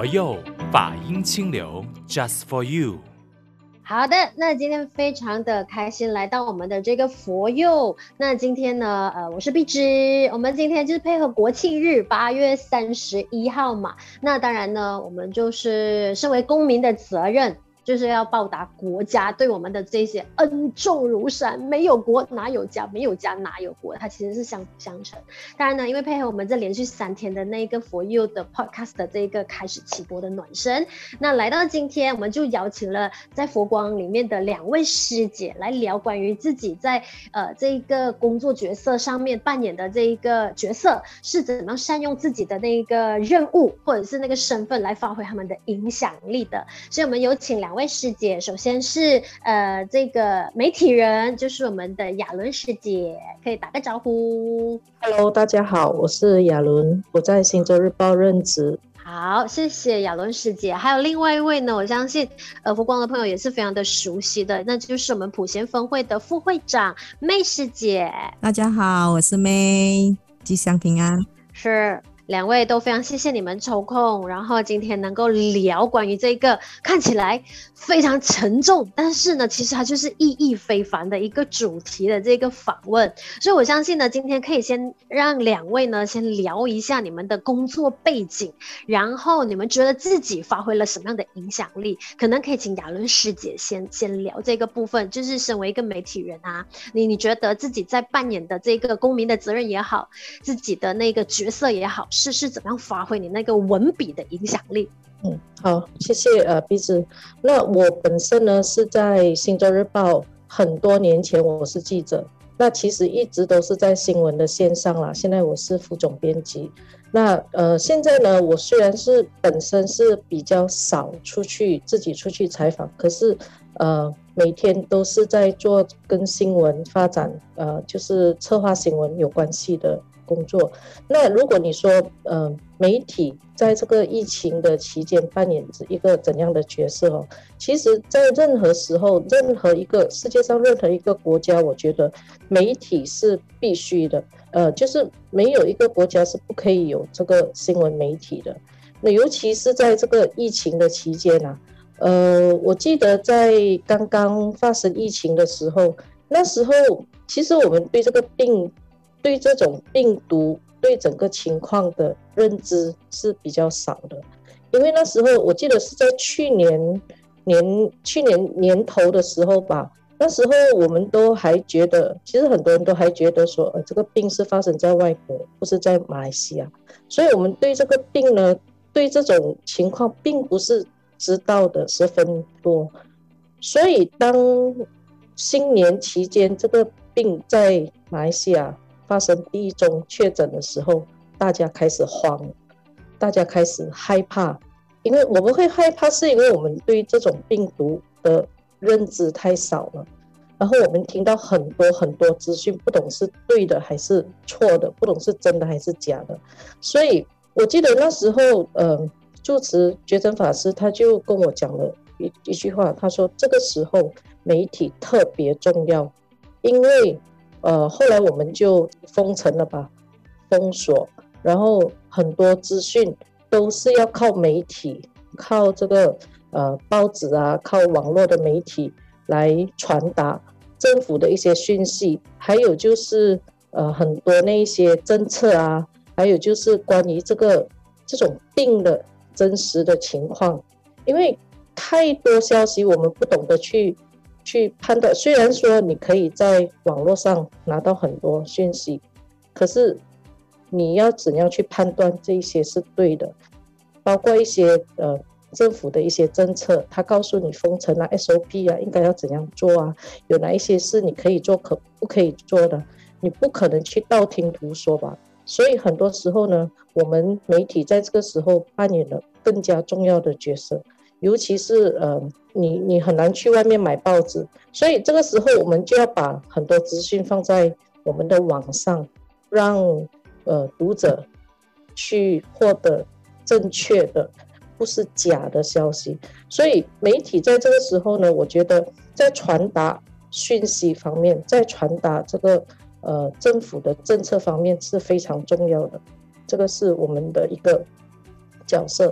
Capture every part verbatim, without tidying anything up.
佛佑法音清流 Just for you。 好的，那今天非常的开心来到我们的这个佛佑。那今天呢，呃，我是碧芝，我们今天就是配合国庆日八月三十一号嘛。那当然呢，我们就是身为公民的责任，就是要报答国家对我们的这些恩重如山。没有国哪有家，没有家哪有国，它其实是相辅相成。当然呢，因为配合我们这连续三天的那个佛佑的 podcast 的这个开始起播的暖身，那来到今天我们就邀请了在佛光里面的两位师姐来聊关于自己在呃这一个工作角色上面扮演的这一个角色是怎么样善用自己的那个任务或者是那个身份来发挥他们的影响力的。所以我们有请两位师姐，首先是呃这个媒体人，就是我们的雅伦师姐，可以打个招呼。 Hello， 大家好，我是雅伦，我在新洲日报任职。 好，谢谢雅伦师姐。还有另外一位呢，我相信呃佛光的朋友也是非常的熟悉的，那就是我们普贤分会的副会长妹师姐。 大家好，我是妹，吉祥平安。 是，两位都非常谢谢你们抽空，然后今天能够聊关于这个看起来非常沉重，但是呢其实它就是意义非凡的一个主题的这个访问。所以我相信呢，今天可以先让两位呢先聊一下你们的工作背景，然后你们觉得自己发挥了什么样的影响力。可能可以请雅伦师姐先先聊这个部分，就是身为一个媒体人啊，你你觉得自己在扮演的这个公民的责任也好，自己的那个角色也好，是是怎么样发挥你那个文笔的影响力？ 嗯，好，谢谢呃碧芝。那我本身呢是在新洲日报，很多年前我是记者，那其实一直都是在新闻的线上啦。现在我是副总编辑。那呃现在呢，我虽然是本身是比较少出去自己出去采访，可是呃每天都是在做跟新闻发展呃就是策划新闻有关系的工作。那如果你说呃媒体在这个疫情的期间扮演一个怎样的角色哦，其实在任何时候，任何一个世界上任何一个国家，我觉得媒体是必须的，呃就是没有一个国家是不可以有这个新闻媒体的。那尤其是在这个疫情的期间啊，呃我记得在刚刚发生疫情的时候，那时候其实我们对这个病对这种病毒对整个情况的认知是比较少的。因为那时候我记得是在去年年去年年头的时候吧，那时候我们都还觉得，其实很多人都还觉得说呃，这个病是发生在外国，不是在马来西亚。所以我们对这个病呢，对这种情况并不是知道的十分多。所以当新年期间这个病在马来西亚发生第一宗确诊的时候，大家开始慌，大家开始害怕。因为我们会害怕是因为我们对这种病毒的认知太少了，然后我们听到很多很多资讯，不懂是对的还是错的，不懂是真的还是假的。所以我记得那时候呃，住持觉真法师他就跟我讲了 一, 一句话，他说这个时候媒体特别重要。因为呃，后来我们就封城了吧，封锁，然后很多资讯都是要靠媒体，靠这个呃报纸啊，靠网络的媒体来传达政府的一些讯息，还有就是呃很多那一些政策啊，还有就是关于这个这种病的真实的情况。因为太多消息我们不懂得去去判断，虽然说你可以在网络上拿到很多讯息，可是你要怎样去判断这一些是对的？包括一些呃政府的一些政策，他告诉你封城啊 S O P 啊应该要怎样做啊，有哪一些是你可以做可不可以做的，你不可能去道听途说吧。所以很多时候呢，我们媒体在这个时候扮演了更加重要的角色。尤其是呃，你你很难去外面买报纸，所以这个时候我们就要把很多资讯放在我们的网上，让呃读者去获得正确的，不是假的消息。所以媒体在这个时候呢，我觉得在传达讯息方面，在传达这个呃政府的政策方面是非常重要的，这个是我们的一个角色。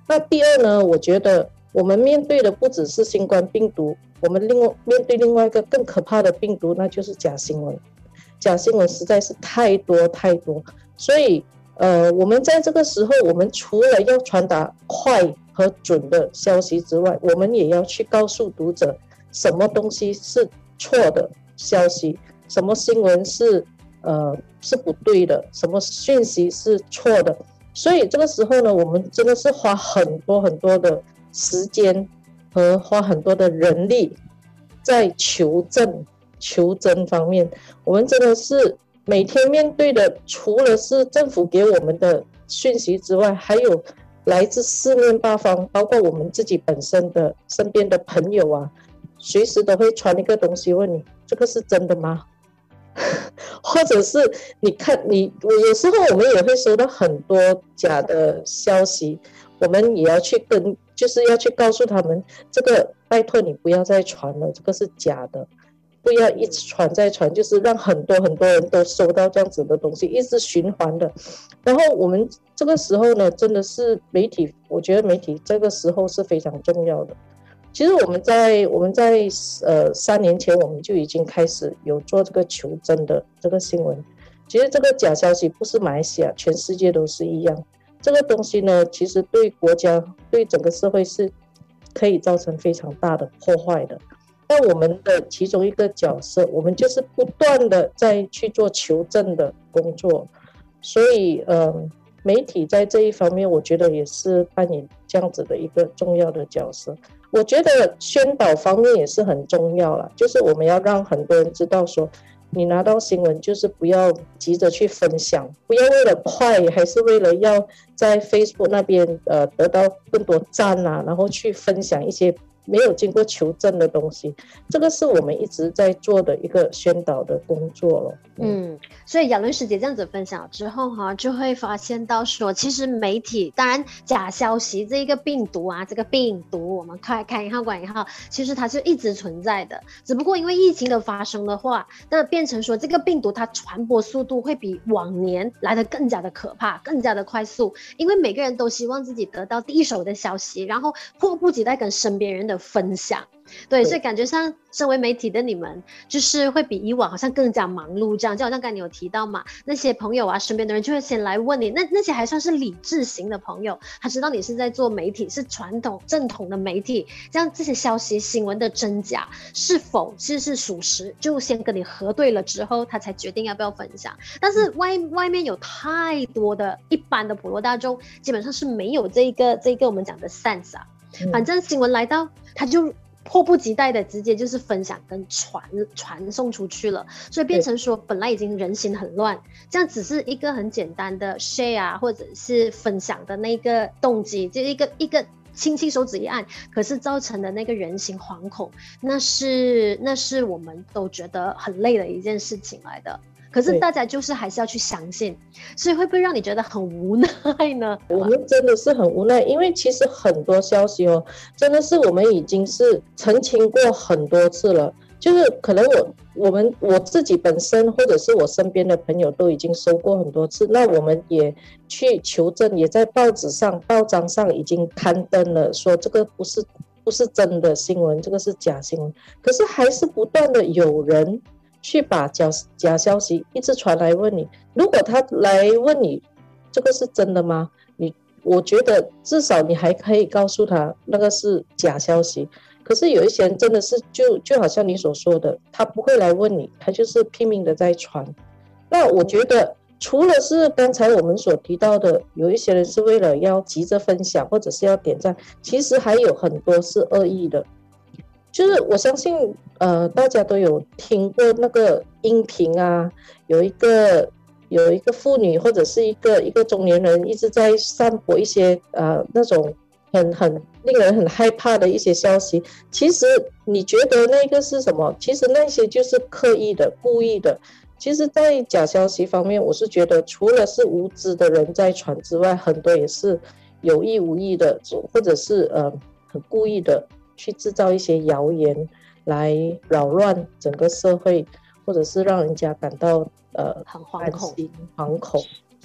那第二呢，我觉得我们面对的不只是新冠病毒，我们另外面对另外一个更可怕的病毒，那就是假新闻。假新闻实在是太多太多，所以呃，我们在这个时候，我们除了要传达快和准的消息之外，我们也要去告诉读者什么东西是错的消息，什么新闻是呃是不对的，什么讯息是错的。所以这个时候呢，我们真的是花很多很多的时间和花很多的人力在求证求真方面。我们真的是每天面对的，除了是政府给我们的讯息之外，还有来自四面八方，包括我们自己本身的身边的朋友啊，随时都会传一个东西问你，这个是真的吗？或者是你看你有时候我们也会收到很多假的消息，我们也要去跟就是要去告诉他们，这个拜托你不要再传了，这个是假的，不要一直传再传，就是让很多很多人都收到这样子的东西，一直循环的。然后我们这个时候呢，真的是媒体，我觉得媒体这个时候是非常重要的。其实我们在我们在呃三年前我们就已经开始有做这个求真的这个新闻。其实这个假消息不是马来西亚，全世界都是一样。这个东西呢，其实对国家对整个社会是可以造成非常大的破坏的。那我们的其中一个角色，我们就是不断的在去做求证的工作。所以呃，媒体在这一方面，我觉得也是扮演这样子的一个重要的角色。我觉得宣导方面也是很重要啦，就是我们要让很多人知道说，你拿到新闻就是不要急着去分享，不要为了快，还是为了要在 Facebook 那边呃得到更多赞啊，然后去分享一些没有经过求证的东西。这个是我们一直在做的一个宣导的工作了。 嗯，所以亚伦师姐这样子分享之后哈、啊，就会发现到说，其实媒体当然假消息这个病毒啊，这个病毒我们开开引号管引号，其实它是一直存在的，只不过因为疫情的发生的话，那变成说这个病毒它传播速度会比往年来得更加的可怕，更加的快速，因为每个人都希望自己得到第一手的消息，然后迫不及待跟身边人的分享。对，所以感觉上身为媒体的你们就是会比以往好像更加忙碌，这样就好像刚才你有提到嘛，那些朋友啊身边的人就会先来问你，那那些还算是理智型的朋友，他知道你是在做媒体，是传统正统的媒体，这样这些消息新闻的真假是否是是属实，就先跟你核对了之后他才决定要不要分享。但是外外面有太多的一般的普罗大众基本上是没有这个这个我们讲的 sense 啊，反正新闻来到他就迫不及待的直接就是分享跟传传送出去了，所以变成说本来已经人心很乱，这样只是一个很简单的 share 啊，或者是分享的那个动机，就一个一个轻轻手指一按，可是造成的那个人心惶恐，那是那是我们都觉得很累的一件事情来的。可是大家就是还是要去相信，所以会不会让你觉得很无奈呢？ 我们真的是很无奈，因为其实很多消息哦，真的是我们已经是澄清过很多次了，就是可能我我们我自己本身或者是我身边的朋友都已经收过很多次，那我们也去求证，也在报纸上报章上已经刊登了，说这个不是不是真的新闻，这个是假新闻，可是还是不断的有人去把假假消息一直传来问你。如果他来问你这个是真的吗？你我觉得至少你还可以告诉他那个是假消息。可是有一些人真的是就就好像你所说的，他不会来问你，他就是拼命的在传。那我觉得除了是刚才我们所提到的，有一些人是为了要急着分享或者是要点赞，其实还有很多是恶意的。就是我相信呃，大家都有听过那个音频啊，有一个有一个妇女或者是一个一个中年人一直在散播一些呃那种很很令人很害怕的一些消息。其实你觉得那个是什么？其实那些就是刻意的、故意的。其实在假消息方面，我是觉得除了是无知的人在传之外，很多也是有意无意的，或者是呃很故意的去制造一些谣言来扰乱整个社会，或者是让人家感到呃很惶恐惶恐。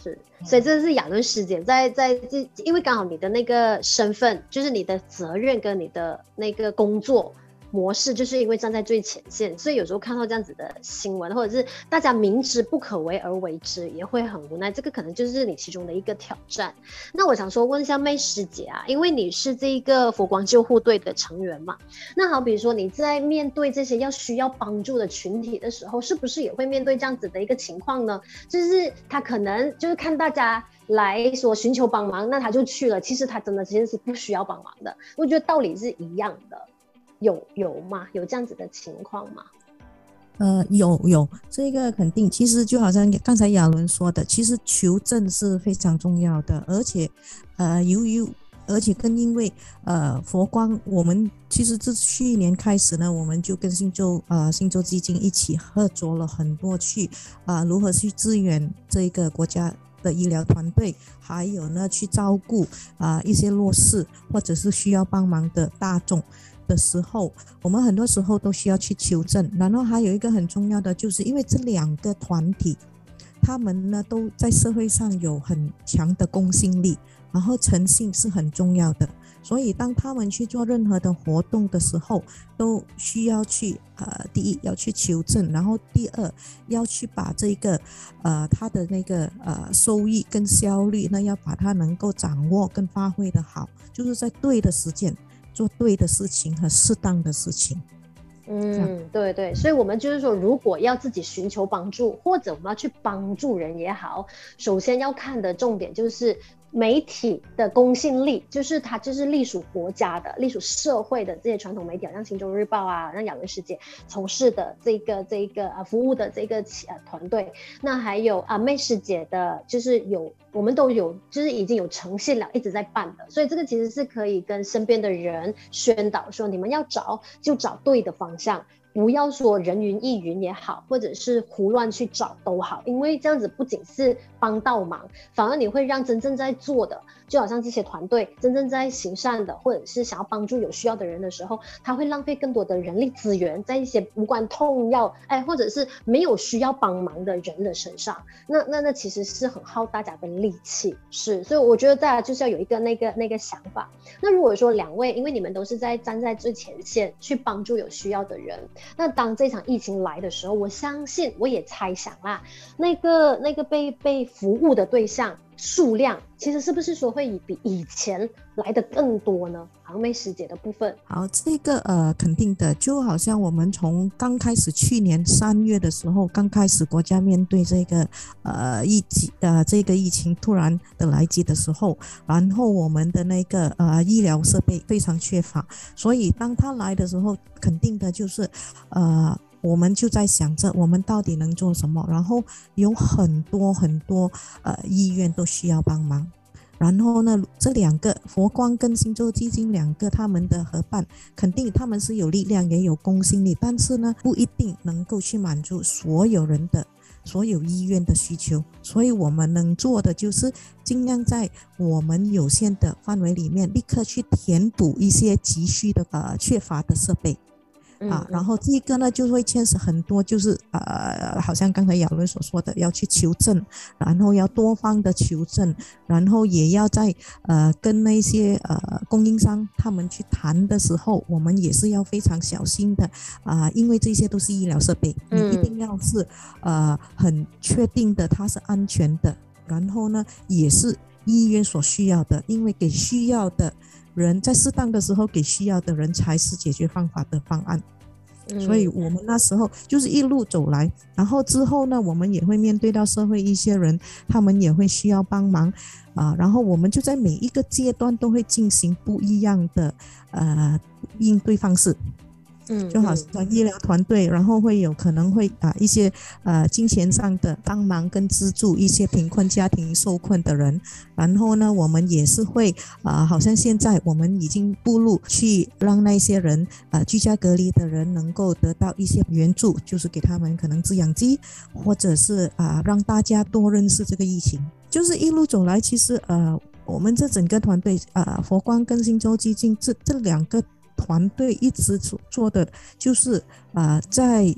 是，所以这是亚伦师姐在在这，因为刚好你的那个身份，就是你的责任跟你的那个工作模式，就是因为站在最前线，所以有时候看到这样子的新闻，或者是大家明知不可为而为之，也会很无奈。这个可能就是你其中的一个挑战。那我想说问一下妹师姐啊，因为你是这个佛光救护队的成员嘛，那好比说你在面对这些要需要帮助的群体的时候，是不是也会面对这样子的一个情况呢？就是他可能就是看大家来说寻求帮忙，那他就去了，其实他真的其实是不需要帮忙的。我觉得道理是一样的。有有吗？有这样子的情况吗？ 呃，有有，这个肯定。其实就好像刚才亚伦说的，其实求证是非常重要的，而且，呃，由于而且更因为呃佛光，我们其实自去年开始呢，我们就跟新洲呃新洲基金一起合作了很多去啊、呃、如何去支援这个国家的医疗团队，还有呢去照顾啊、呃、一些弱势或者是需要帮忙的大众的时候，我们很多时候都需要去求证。然后还有一个很重要的，就是因为这两个团体他们呢都在社会上有很强的公信力，然后诚信是很重要的，所以当他们去做任何的活动的时候，都需要去呃，第一要去求证，然后第二要去把这个呃他的那个呃收益跟效率呢，要把它能够掌握跟发挥的好，就是在对的时间做对的事情和适当的事情。 嗯，对对，所以我们就是说，如果要自己寻求帮助，或者我们要去帮助人也好，首先要看的重点就是媒体的公信力，就是它就是隶属国家的、隶属社会的这些传统媒体，像《新洲日报》啊，让亚伦师姐从事的这个这个啊服务的这个呃团队，那还有啊妹师姐的，就是有我们都有，就是已经有诚信了，一直在办的，所以这个其实是可以跟身边的人宣导说，你们要找就找对的方向。不要说人云亦云也好，或者是胡乱去找都好，因为这样子不仅是帮倒忙，反而你会让真正在做的，就好像这些团队真正在行善的，或者是想要帮助有需要的人的时候，他会浪费更多的人力资源在一些无关痛要，哎，或者是没有需要帮忙的人的身上，那那那其实是很耗大家的力气，是，所以我觉得大家就是要有一个那个那个想法。那如果说两位，因为你们都是在站在最前线去帮助有需要的人。那当这场疫情来的时候，我相信，我也猜想啦，那个那个被被服务的对象数量，其实是不是说会比以前来的更多呢？好像妹师姐的部分。 好，这个呃肯定的，就好像我们从刚开始去年三月的时候，刚开始国家面对这个呃疫情呃这个疫情突然的来袭的时候，然后我们的那个呃医疗设备非常缺乏，所以当他来的时候，肯定的就是呃。我们就在想着我们到底能做什么，然后有很多很多呃医院都需要帮忙，然后呢这两个佛光跟新洲基金两个他们的合办，肯定他们是有力量也有公信力，但是呢不一定能够去满足所有人的所有医院的需求，所以我们能做的就是尽量在我们有限的范围里面立刻去填补一些急需的呃缺乏的设备啊，然后这个呢就会牵涉很多，就是呃，好像刚才亚伦所说的，要去求证，然后要多方的求证，然后也要在呃跟那些呃供应商他们去谈的时候，我们也是要非常小心的啊、呃，因为这些都是医疗设备，你一定要是呃很确定的它是安全的，然后呢也是医院所需要的，因为给需要的人在适当的时候给需要的人才是解决方法的方案。所以我们那时候就是一路走来，然后之后呢我们也会面对到社会一些人，他们也会需要帮忙啊，然后我们就在每一个阶段都会进行不一样的呃应对方式。嗯，就好像医疗团队，然后会有可能会啊一些呃金钱上的帮忙跟资助一些贫困家庭受困的人，然后呢我们也是会啊、呃、好像现在我们已经步入去让那些人呃居家隔离的人能够得到一些援助，就是给他们可能制氧机，或者是啊、呃、让大家多认识这个疫情。就是一路走来，其实呃我们这整个团队啊、呃、佛光跟新洲基金这这两个团队一直做的就是啊、呃，在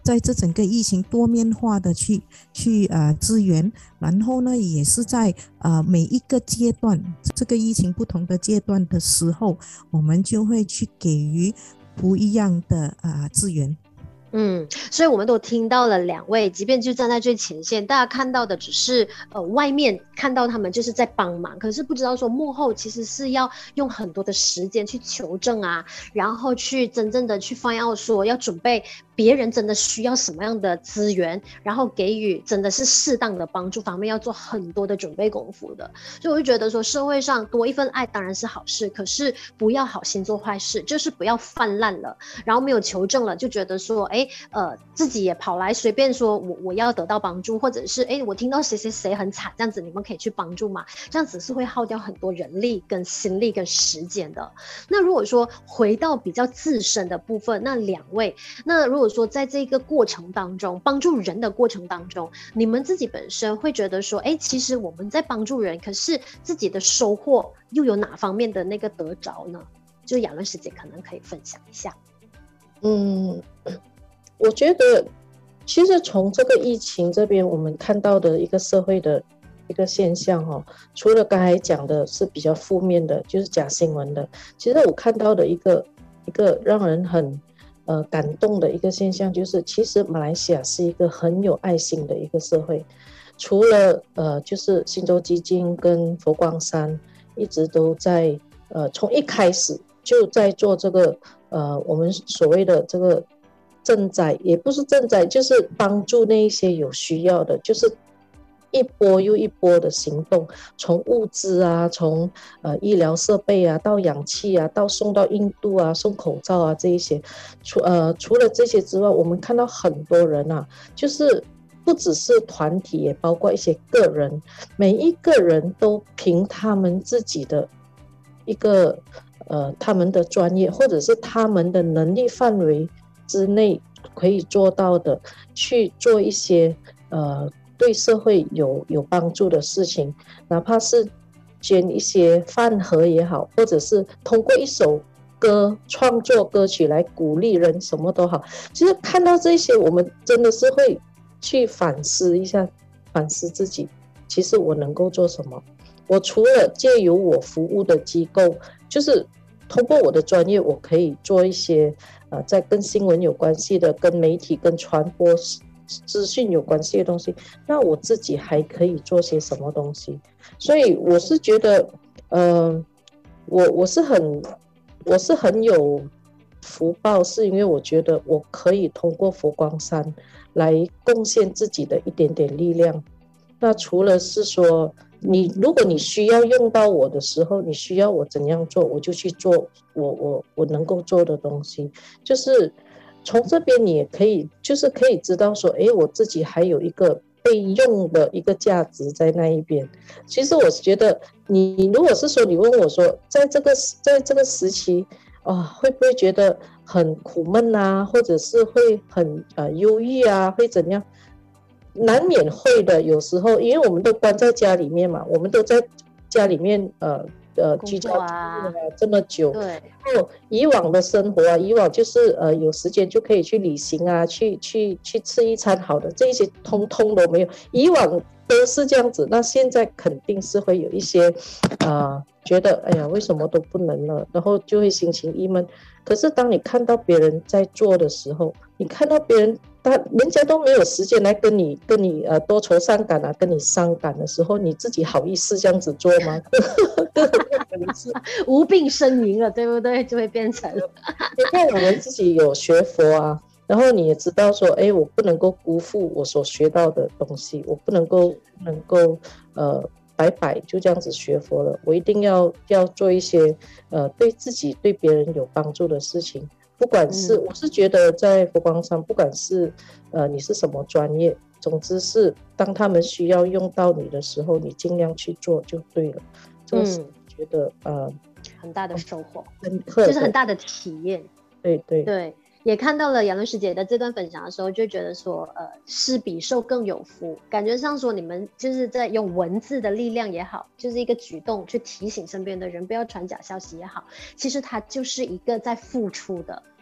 在这整个疫情多面化的去去呃支援，然后呢，也是在呃每一个阶段，这个疫情不同的阶段的时候，我们就会去给予不一样的呃资源。 嗯，所以我们都听到了两位，即便就站在最前线，大家看到的只是呃外面看到他们就是在帮忙，可是不知道说幕后其实是要用很多的时间去求证啊，然后去真正的去find out说要准备别人真的需要什么样的资源，然后给予真的是适当的帮助方面要做很多的准备功夫的。所以我就觉得说社会上多一份爱当然是好事，可是不要好心做坏事，就是不要泛滥了，然后没有求证了就觉得说哎呃自己也跑来随便说我我要得到帮助，或者是哎我听到谁谁谁很惨，这样子你们可以去帮助嘛，这样子是会耗掉很多人力跟心力跟时间的。那如果说回到比较自身的部分，那两位，那如果说在这个过程当中帮助人的过程当中，你们自己本身会觉得说哎其实我们在帮助人，可是自己的收获又有哪方面的那个得着呢？就雅伦师姐可能可以分享一下。 嗯，我觉得其实从这个疫情这边我们看到的一个社会的一个现象、哦、除了刚才讲的是比较负面的就是假新闻的，其实我看到的一个一个让人很呃感动的一个现象，就是其实马来西亚是一个很有爱心的一个社会。除了呃就是新洲基金跟佛光山一直都在呃从一开始就在做这个呃我们所谓的这个赈灾，也不是赈灾，就是帮助那一些有需要的，就是一波又一波的行动，从物资啊，从呃医疗设备啊，到氧气啊，到送到印度啊，送口罩啊，这一些，除呃除了这些之外，我们看到很多人啊，就是不只是团体，也包括一些个人，每一个人都凭他们自己的一个呃他们的专业，或者是他们的能力范围之内可以做到的，去做一些呃对社会有有帮助的事情，哪怕是捐一些饭盒也好，或者是通过一首歌创作歌曲来鼓励人，什么都好。其实看到这些，我们真的是会去反思一下，反思自己，其实我能够做什么。我除了借由我服务的机构，就是通过我的专业，我可以做一些呃，在跟新闻有关系的、跟媒体、跟传播资讯有关系的东西，那我自己还可以做些什么东西？所以我是觉得，呃，我我是很我是很有福报，是因为我觉得我可以通过佛光山来贡献自己的一点点力量。那除了是说，你如果你需要用到我的时候，你需要我怎样做，我就去做我我我能够做的东西。就是从这边你也可以，就是可以知道说，哎，我自己还有一个被用的一个价值在那一边。其实我觉得你如果是说你问我说，在这个在这个时期啊，会不会觉得很苦闷啊，或者是会很呃忧郁啊，会怎样？难免会的，有时候因为我们都关在家里面嘛，我们都在家里面呃呃居家啊这么久，对，然后以往的生活啊，以往就是呃有时间就可以去旅行啊，去去去吃一餐好的，这些通通都没有，以往都是这样子，那现在肯定是会有一些呃觉得哎呀为什么都不能了，然后就会心情郁闷。可是当你看到别人在做的时候，你看到别人他人家都没有时间来跟你跟你呃多愁善感啊，跟你伤感的时候，你自己好意思这样子做吗？ 无病呻吟了，对不对？就会变成你看我们自己有学佛啊，然后你也知道说，哎，我不能够辜负我所学到的东西，我不能够不能够呃白白就这样子学佛了，我一定要要做一些呃对自己对别人有帮助的事情。不管是、嗯、我是觉得在佛光山，不管是呃你是什么专业，总之是当他们需要用到你的时候，你尽量去做就对了。这个是觉得、嗯、呃很大的收获， 深刻， 就是很大的体验。 对对对。也看到了雅伦师姐的这段分享的时候，就觉得说，呃，施比受更有福。感觉上说，你们就是在用文字的力量也好，就是一个举动去提醒身边的人不要传假消息也好，其实它就是一个在付出的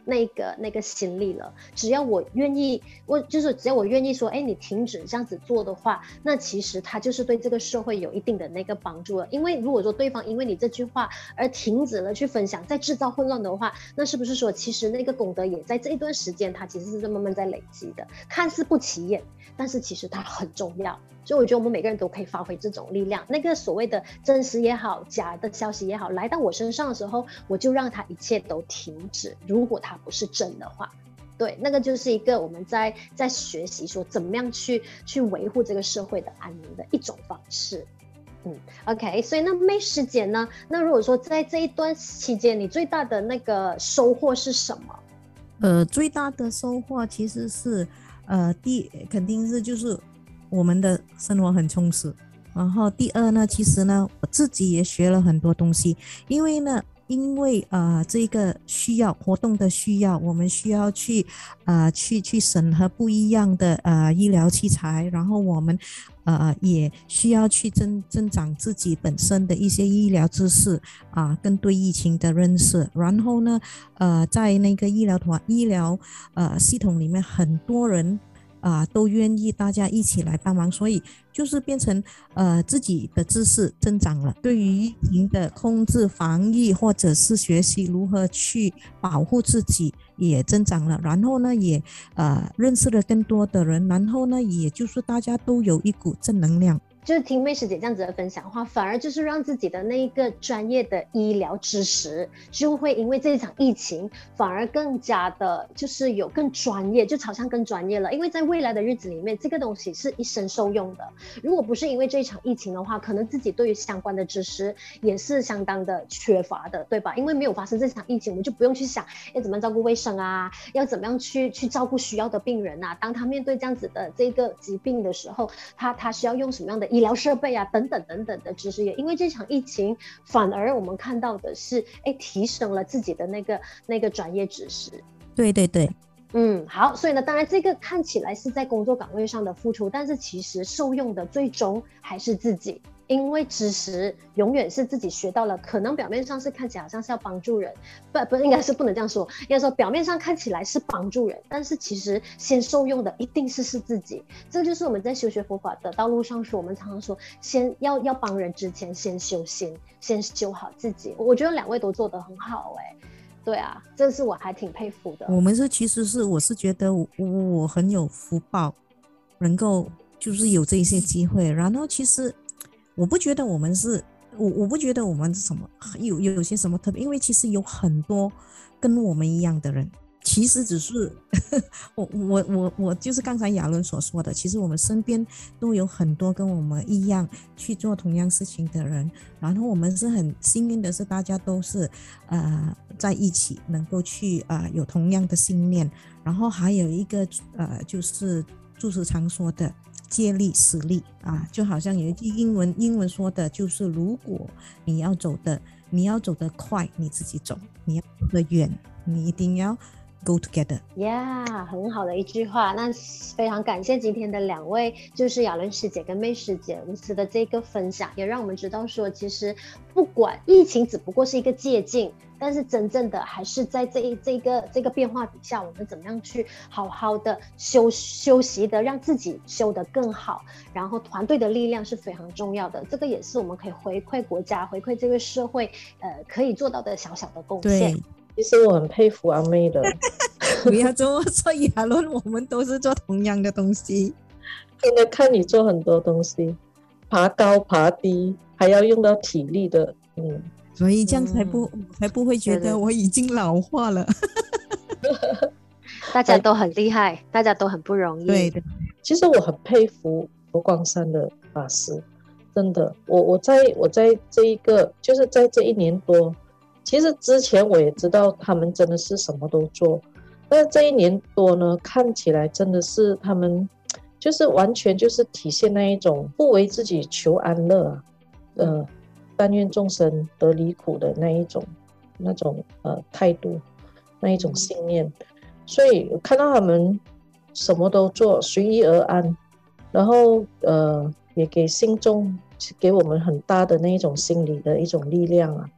那个那个心力了。只要我愿意，我就是只要我愿意说，哎，你停止这样子做的话，那其实他就是对这个社会有一定的那个帮助了。因为如果说对方因为你这句话而停止了去分享，再制造混乱的话，那是不是说其实那个功德也在这一段时间，它其实是慢慢在累积的，看似不起眼，但是其实它很重要。所以我觉得我们每个人都可以发挥这种力量，那个所谓的真实也好，假的消息也好，来到我身上的时候，我就让它一切都停止。如果它不是真的话，对，那个就是一个我们在在学习说怎么样去去维护这个社会的安宁的一种方式。嗯 ，OK， 所以那妹师姐呢？那如果说在这一段期间，你最大的那个收获是什么？ 呃，最大的收获其实是，呃，第肯定是就是我们的生活很充实。然后第二呢，其实呢，我自己也学了很多东西，因为呢。因为呃这个需要活动的需要，我们需要去呃去去审核不一样的呃医疗器材，然后我们呃也需要去增增长自己本身的一些医疗知识啊、呃，跟对疫情的认识。然后呢，呃在那个医疗团医疗呃系统里面，很多人。啊、呃，都愿意大家一起来帮忙，所以就是变成呃自己的知识增长了，对于疫情的控制、防疫或者是学习如何去保护自己也增长了。然后呢，也呃认识了更多的人，然后呢，也就是大家都有一股正能量。 就是听妹师姐这样子的分享的话，反而就是让自己的那一个专业的医疗知识就会因为这一场疫情反而更加的就是有更专业，就好像更专业了。因为在未来的日子里面，这个东西是一生受用的。如果不是因为这一场疫情的话，可能自己对于相关的知识也是相当的缺乏的，对吧？因为没有发生这场疫情，我们就不用去想要怎么样照顾卫生啊，要怎么样去去照顾需要的病人啊。当他面对这样子的这个疾病的时候，他他需要用什么样的医疗设备啊，等等等等的知识，也因为这场疫情，反而我们看到的是，哎，提升了自己的那个那个专业知识。 对对对， 嗯，好，所以呢，当然这个看起来是在工作岗位上的付出，但是其实受用的最终还是自己。因为知识永远是自己学到了，可能表面上是看起来好像是要帮助人，不不应该是不能这样说，应该说表面上看起来是帮助人，但是其实先受用的一定是是自己。这就是我们在修学佛法的道路上说，我们常常说，先要要帮人之前，先修心，先修好自己。我觉得两位都做得很好、欸，哎。对啊，这是我还挺佩服的。 我们是其实是我是觉得 我, 我很有福报，能够就是有这些机会。然后其实我不觉得我们是我我不觉得我们是什么有有些什么特别，因为其实有很多跟我们一样的人，其实只是我我我我就是刚才亚伦所说的，其实我们身边都有很多跟我们一样去做同样事情的人，然后我们是很幸运的是大家都是呃在一起能够去呃有同样的信念，然后还有一个呃就是住持常说的借力使力啊，就好像有一句英文英文说的，就是如果你要走的你要走得快，你自己走；你要走得远，你一定要 go together。 Yeah， 很好的一句话。那非常感谢今天的两位，就是亚伦师姐跟妹师姐无私的这个分享，也让我们知道说，其实不管疫情只不过是一个借镜，但是真正的还是在这一这个这个变化底下，我们怎么样去好好的修修习的，让自己修得更好，然后团队的力量是非常重要的。这个也是我们可以回馈国家、回馈这个社会，呃，可以做到的小小的贡献。 其实我很佩服阿妹的。 不要这么说，亚伦，我们都是做同样的东西。 真的看你做很多东西，爬高爬低，还要用到体力的，嗯。 所以这样才不、嗯、才不会觉得我已经老化了。 大家都很厉害，大家都很不容易。 对的， 其实我很佩服佛光山的法师，真的。我我在我在这一个就是在这一年多，其实之前我也知道他们真的是什么都做，但是这一年多呢，看起来真的是他们就是完全就是体现那一种不为自己求安乐啊，呃。但愿众生得离苦的那一种那种呃态度，那一种信念，所以看到他们什么都做，随遇而安，然后呃也给信众给我们很大的那一种心理的一种力量啊。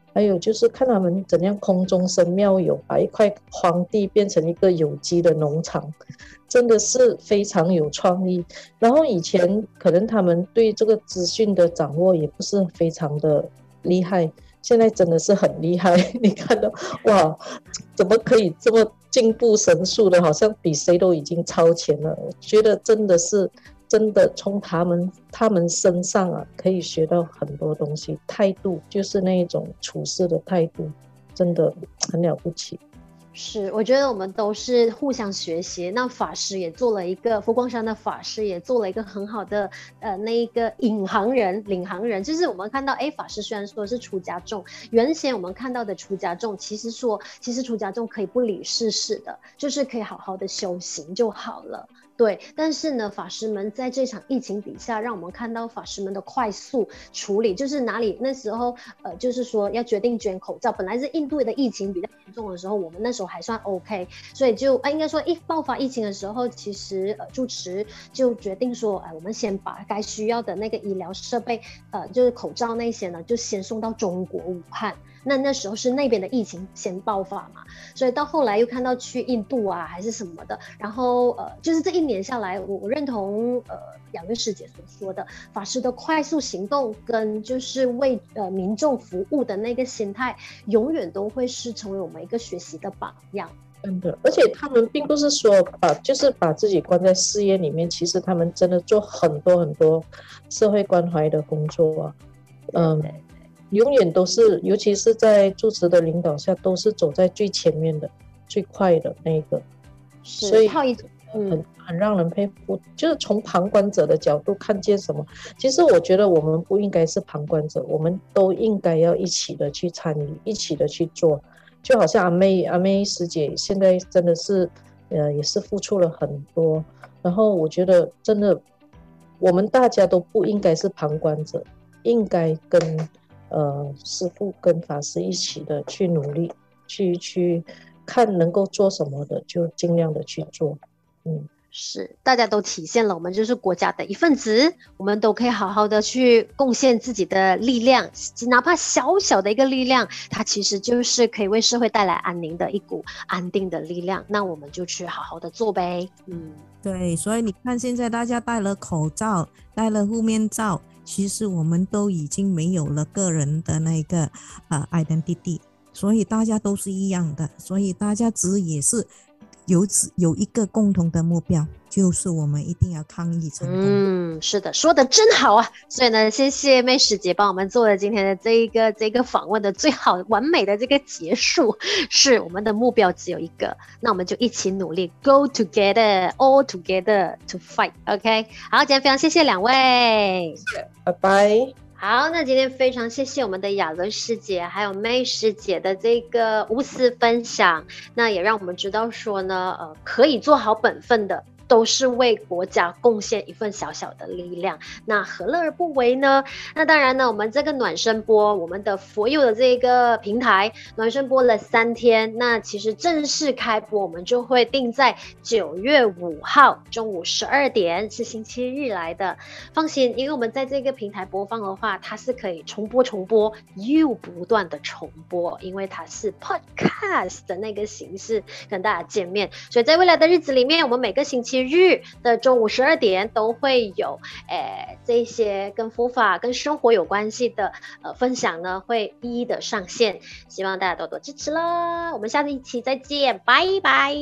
还有就是看他们怎样空中生妙有，把一块荒地变成一个有机的农场，真的是非常有创意。然后以前可能他们对这个资讯的掌握也不是非常的厉害，现在真的是很厉害。你看到哇，怎么可以这么进步神速的，好像比谁都已经超前了。我觉得真的是真的从他们他们身上啊，可以学到很多东西。态度就是那一种处事的态度，真的很了不起。 是，我觉得我们都是互相学习。那法师也做了一个，佛光山的法师也做了一个很好的呃那一个引航人、领航人，就是我们看到，哎，法师虽然说是出家众，原先我们看到的出家众，其实说其实出家众可以不理世事的，就是可以好好的修行就好了。对，但是呢，法师们在这场疫情底下，让我们看到法师们的快速处理，就是哪里那时候，呃，就是说要决定捐口罩，本来是印度的疫情比较严重的时候，我们那时候还算 OK， 所以就，呃，应该说一爆发疫情的时候，其实呃住持就决定说，哎、呃，我们先把该需要的那个医疗设备，呃，就是口罩那些呢，就先送到中国武汉。那那时候是那边的疫情先爆发嘛，所以到后来又看到去印度啊还是什么的，然后呃就是这一年下来，我我认同呃雅伦师姐所说的，法师的快速行动跟就是为呃民众服务的那个心态，永远都会是成为我们一个学习的榜样。 真的，而且他们并不是说把就是把自己关在事业里面，其实他们真的做很多很多社会关怀的工作啊，嗯。永远都是，尤其是在住持的领导下，都是走在最前面的、最快的那一个，所以很很让人佩服。就是从旁观者的角度看见什么，其实我觉得我们不应该是旁观者，我们都应该要一起的去参与，一起的去做。就好像阿妹阿妹师姐现在真的是，呃，也是付出了很多。然后我觉得真的，我们大家都不应该是旁观者，应该跟。呃，师父跟法师一起的去努力，去去看能够做什么的，就尽量的去做。嗯， 是，大家都体现了我们就是国家的一份子，我们都可以好好的去贡献自己的力量，哪怕小小的一个力量，它其实就是可以为社会带来安宁的一股安定的力量。那我们就去好好的做呗。嗯， 对，所以你看现在大家戴了口罩，戴了护面罩。其实我们都已经没有了个人的那个呃 identity， 所以大家都是一样的，所以大家只也是有有一个共同的目标，就是我们一定要抗疫成功。 嗯，是的，说的真好啊！所以呢，谢谢妹师姐帮我们做了今天的这一个这个访问的最好完美的这个结束，是我们的目标只有一个，那我们就一起努力 ，go together, all together to fight。OK， 好，今天非常谢谢两位， 拜拜。 好，那今天非常谢谢我们的雅伦师姐还有妹师姐的这个无私分享，那也让我们知道说呢，呃，可以做好本分的都是为国家贡献一份小小的力量，那何乐而不为呢？那当然呢，我们这个暖声播，我们的佛佑的这个平台暖声播了三天，那其实正式开播我们就会定在九月五号中午十二点，是星期日来的。放心，因为我们在这个平台播放的话，它是可以重播重播又不断的重播，因为它是 podcast 的那个形式跟大家见面，所以在未来的日子里面，我们每个星期日的中午十二点都会有诶这些跟佛法跟生活有关系的呃分享呢，会一一的上线，希望大家多多支持啦，我们下次一起再见，拜拜。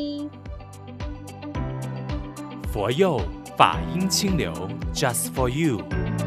佛佑法音清流 Just for you。